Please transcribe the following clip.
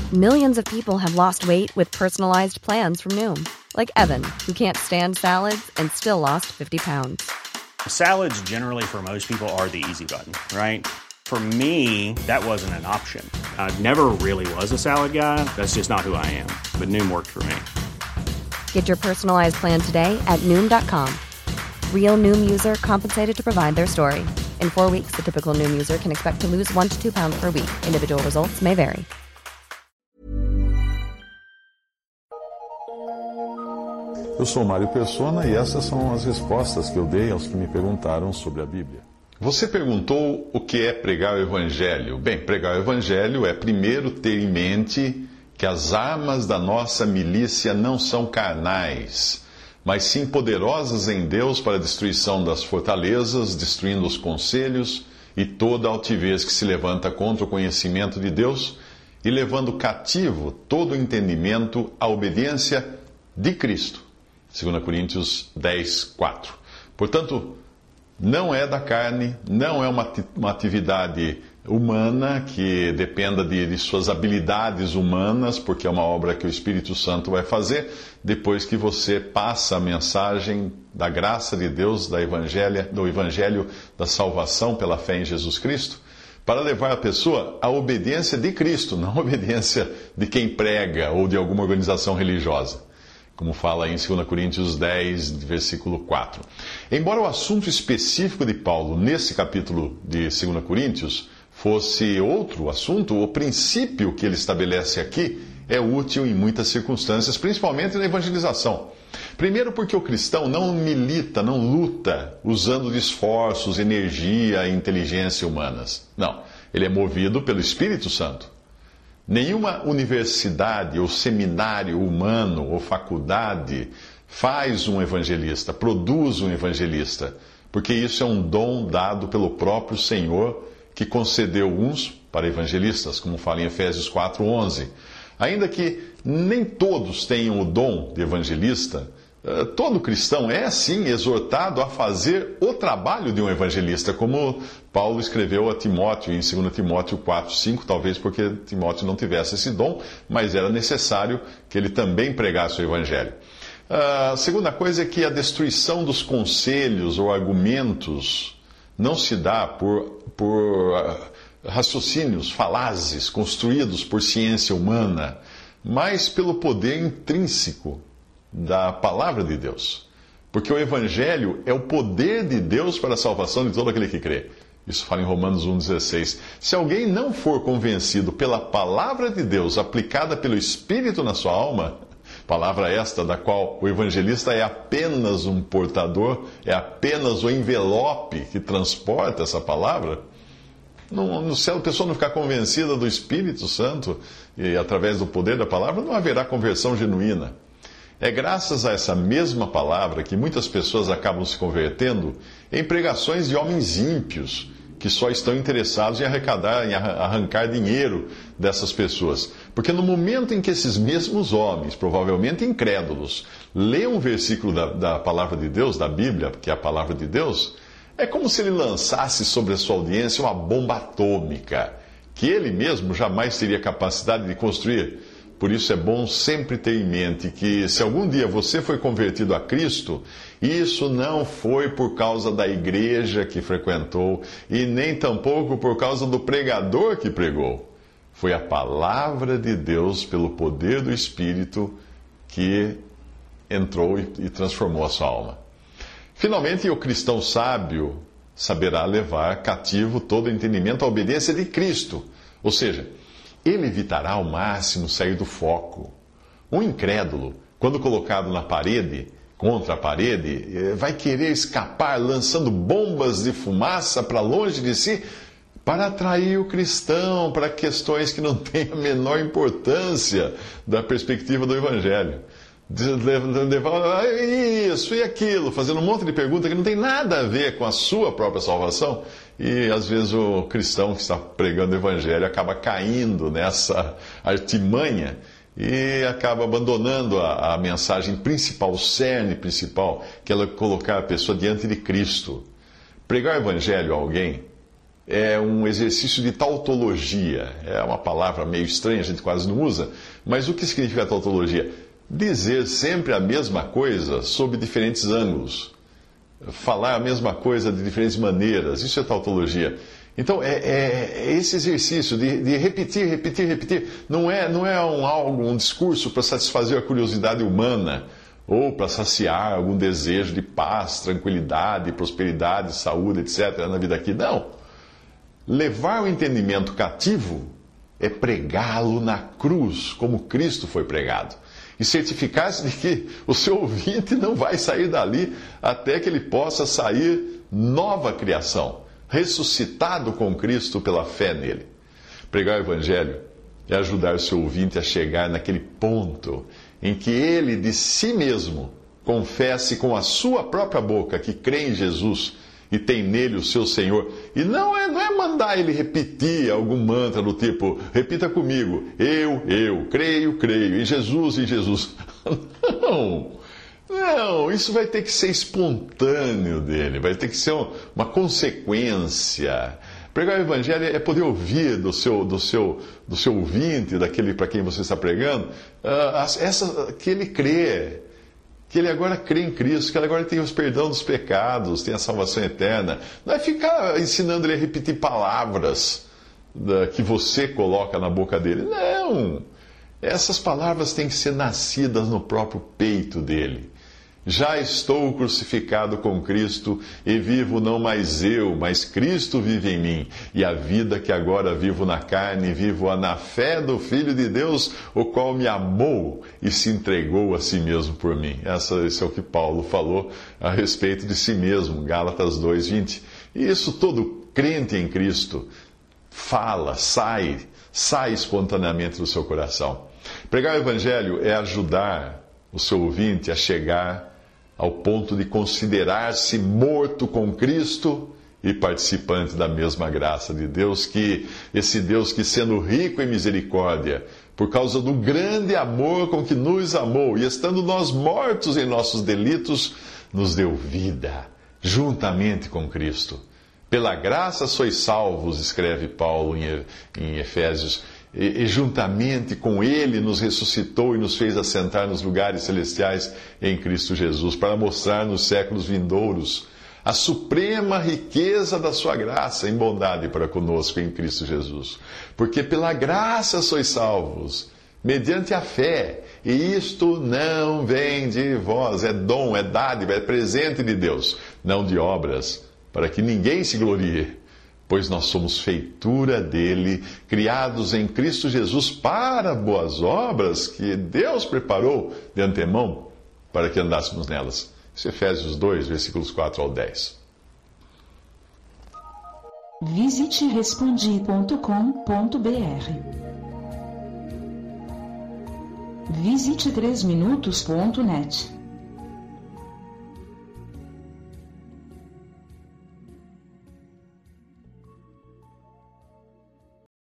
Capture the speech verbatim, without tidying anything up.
Millions of people have lost weight with personalized plans from Noom. Like Evan, who can't stand salads and still lost fifty pounds. Salads generally for most people are the easy button, right? For me, that wasn't an option. I never really was a salad guy. That's just not who I am. But Noom worked for me. Get your personalized plan today at Noom dot com. Real Noom user compensated to provide their story. In four weeks, the typical Noom user can expect to lose one to two pounds per week. Individual results may vary. Eu sou Mário Persona e essas são as respostas que eu dei aos que me perguntaram sobre a Bíblia. Você perguntou o que é pregar o Evangelho. Bem, pregar o Evangelho é primeiro ter em mente que as armas da nossa milícia não são carnais, mas sim poderosas em Deus para a destruição das fortalezas, destruindo os conselhos e toda altivez que se levanta contra o conhecimento de Deus e levando cativo todo o entendimento à obediência de Cristo. Segunda Coríntios dez, quatro. Portanto, não é da carne, não é uma, uma atividade humana que dependa de, de suas habilidades humanas, porque é uma obra que o Espírito Santo vai fazer depois que você passa a mensagem da graça de Deus, da evangelho, do Evangelho da salvação pela fé em Jesus Cristo, para levar a pessoa à obediência de Cristo, não à obediência de quem prega ou de alguma organização religiosa. Como fala em segunda Coríntios dez, versículo quatro. Embora o assunto específico de Paulo nesse capítulo de segunda Coríntios fosse outro assunto, o princípio que ele estabelece aqui é útil em muitas circunstâncias, principalmente na evangelização. Primeiro porque o cristão não milita, não luta usando de esforços, energia e inteligência humanas. Não, ele é movido pelo Espírito Santo. Nenhuma universidade ou seminário humano ou faculdade faz um evangelista, produz um evangelista, porque isso é um dom dado pelo próprio Senhor, que concedeu uns para evangelistas, como fala em Efésios quatro, onze. Ainda que nem todos tenham o dom de evangelista, todo cristão é, sim, exortado a fazer o trabalho de um evangelista, como Paulo escreveu a Timóteo em segunda Timóteo quatro, cinco, talvez porque Timóteo não tivesse esse dom, mas era necessário que ele também pregasse o evangelho. A segunda coisa é que a destruição dos conselhos ou argumentos não se dá por, por raciocínios falazes construídos por ciência humana, mas pelo poder intrínseco da palavra de Deus. Porque o Evangelho é o poder de Deus para a salvação de todo aquele que crê. Isso fala em Romanos um, dezesseis. Se alguém não for convencido pela palavra de Deus aplicada pelo Espírito na sua alma, palavra esta da qual o evangelista é apenas um portador, é apenas o envelope que transporta essa palavra, no, no céu a pessoa não ficar convencida do Espírito Santo e através do poder da palavra, não haverá conversão genuína. É graças a essa mesma palavra que muitas pessoas acabam se convertendo em pregações de homens ímpios, que só estão interessados em arrecadar, em arrancar dinheiro dessas pessoas. Porque no momento em que esses mesmos homens, provavelmente incrédulos, leem um versículo da, da palavra de Deus, da Bíblia, que é a palavra de Deus, é como se ele lançasse sobre a sua audiência uma bomba atômica, que ele mesmo jamais teria capacidade de construir. Por isso é bom sempre ter em mente que se algum dia você foi convertido a Cristo, isso não foi por causa da igreja que frequentou e nem tampouco por causa do pregador que pregou. Foi a palavra de Deus, pelo poder do Espírito, que entrou e transformou a sua alma. Finalmente, o cristão sábio saberá levar cativo todo o entendimento à obediência de Cristo, ou seja, ele evitará ao máximo sair do foco. Um incrédulo, quando colocado na parede, contra a parede, vai querer escapar lançando bombas de fumaça para longe de si para atrair o cristão para questões que não têm a menor importância da perspectiva do Evangelho. Levar isso e aquilo, fazendo um monte de perguntas que não tem nada a ver com a sua própria salvação. E às vezes o cristão que está pregando o Evangelho acaba caindo nessa artimanha e acaba abandonando a, a mensagem principal, o cerne principal, que é colocar a pessoa diante de Cristo. Pregar o Evangelho a alguém é um exercício de tautologia. É uma palavra meio estranha, a gente quase não usa, mas o que significa tautologia? Dizer sempre a mesma coisa sob diferentes ângulos. Falar a mesma coisa de diferentes maneiras. Isso é tautologia. Então, é, é, é esse exercício de, de repetir, repetir, repetir. Não é, não é um, algo, um discurso para satisfazer a curiosidade humana ou para saciar algum desejo de paz, tranquilidade, prosperidade, saúde, etcétera na vida aqui. Não. Levar o entendimento cativo é pregá-lo na cruz, como Cristo foi pregado. E certificar-se de que o seu ouvinte não vai sair dali até que ele possa sair nova criação, ressuscitado com Cristo pela fé nele. Pregar o Evangelho é ajudar o seu ouvinte a chegar naquele ponto em que ele de si mesmo confesse com a sua própria boca que crê em Jesus e tem nele o seu Senhor. E não é, não é mandar ele repetir algum mantra do tipo, repita comigo, eu, eu, creio, creio, em Jesus, em Jesus. Não, não, isso vai ter que ser espontâneo dele, vai ter que ser uma consequência. Pregar o Evangelho é poder ouvir do seu, do seu, do seu ouvinte, daquele para quem você está pregando, uh, essa, que ele crê. Que ele agora crê em Cristo, que ele agora tem os perdão dos pecados, tem a salvação eterna. Não é ficar ensinando ele a repetir palavras da, que você coloca na boca dele. Não! Essas palavras têm que ser nascidas no próprio peito dele. Já estou crucificado com Cristo e vivo não mais eu, mas Cristo vive em mim. E a vida que agora vivo na carne, vivo-a na fé do Filho de Deus, o qual me amou e se entregou a si mesmo por mim. Essa, esse é o que Paulo falou a respeito de si mesmo, Gálatas dois, vinte. E isso todo crente em Cristo fala, sai, sai espontaneamente do seu coração. Pregar o Evangelho é ajudar o seu ouvinte a chegar ao ponto de considerar-se morto com Cristo e participante da mesma graça de Deus, que esse Deus que, sendo rico em misericórdia, por causa do grande amor com que nos amou, e estando nós mortos em nossos delitos, nos deu vida, juntamente com Cristo. Pela graça sois salvos, escreve Paulo em Efésios, E, e juntamente com Ele nos ressuscitou e nos fez assentar nos lugares celestiais em Cristo Jesus, para mostrar nos séculos vindouros a suprema riqueza da sua graça em bondade para conosco em Cristo Jesus. Porque pela graça sois salvos, mediante a fé, e isto não vem de vós, é dom, é dádiva, é presente de Deus, não de obras, para que ninguém se glorie. Pois nós somos feitura dele, criados em Cristo Jesus para boas obras que Deus preparou de antemão para que andássemos nelas. Isso é Efésios dois, versículos quatro ao dez. Visite respondi ponto com ponto br. Visite três minutos ponto net.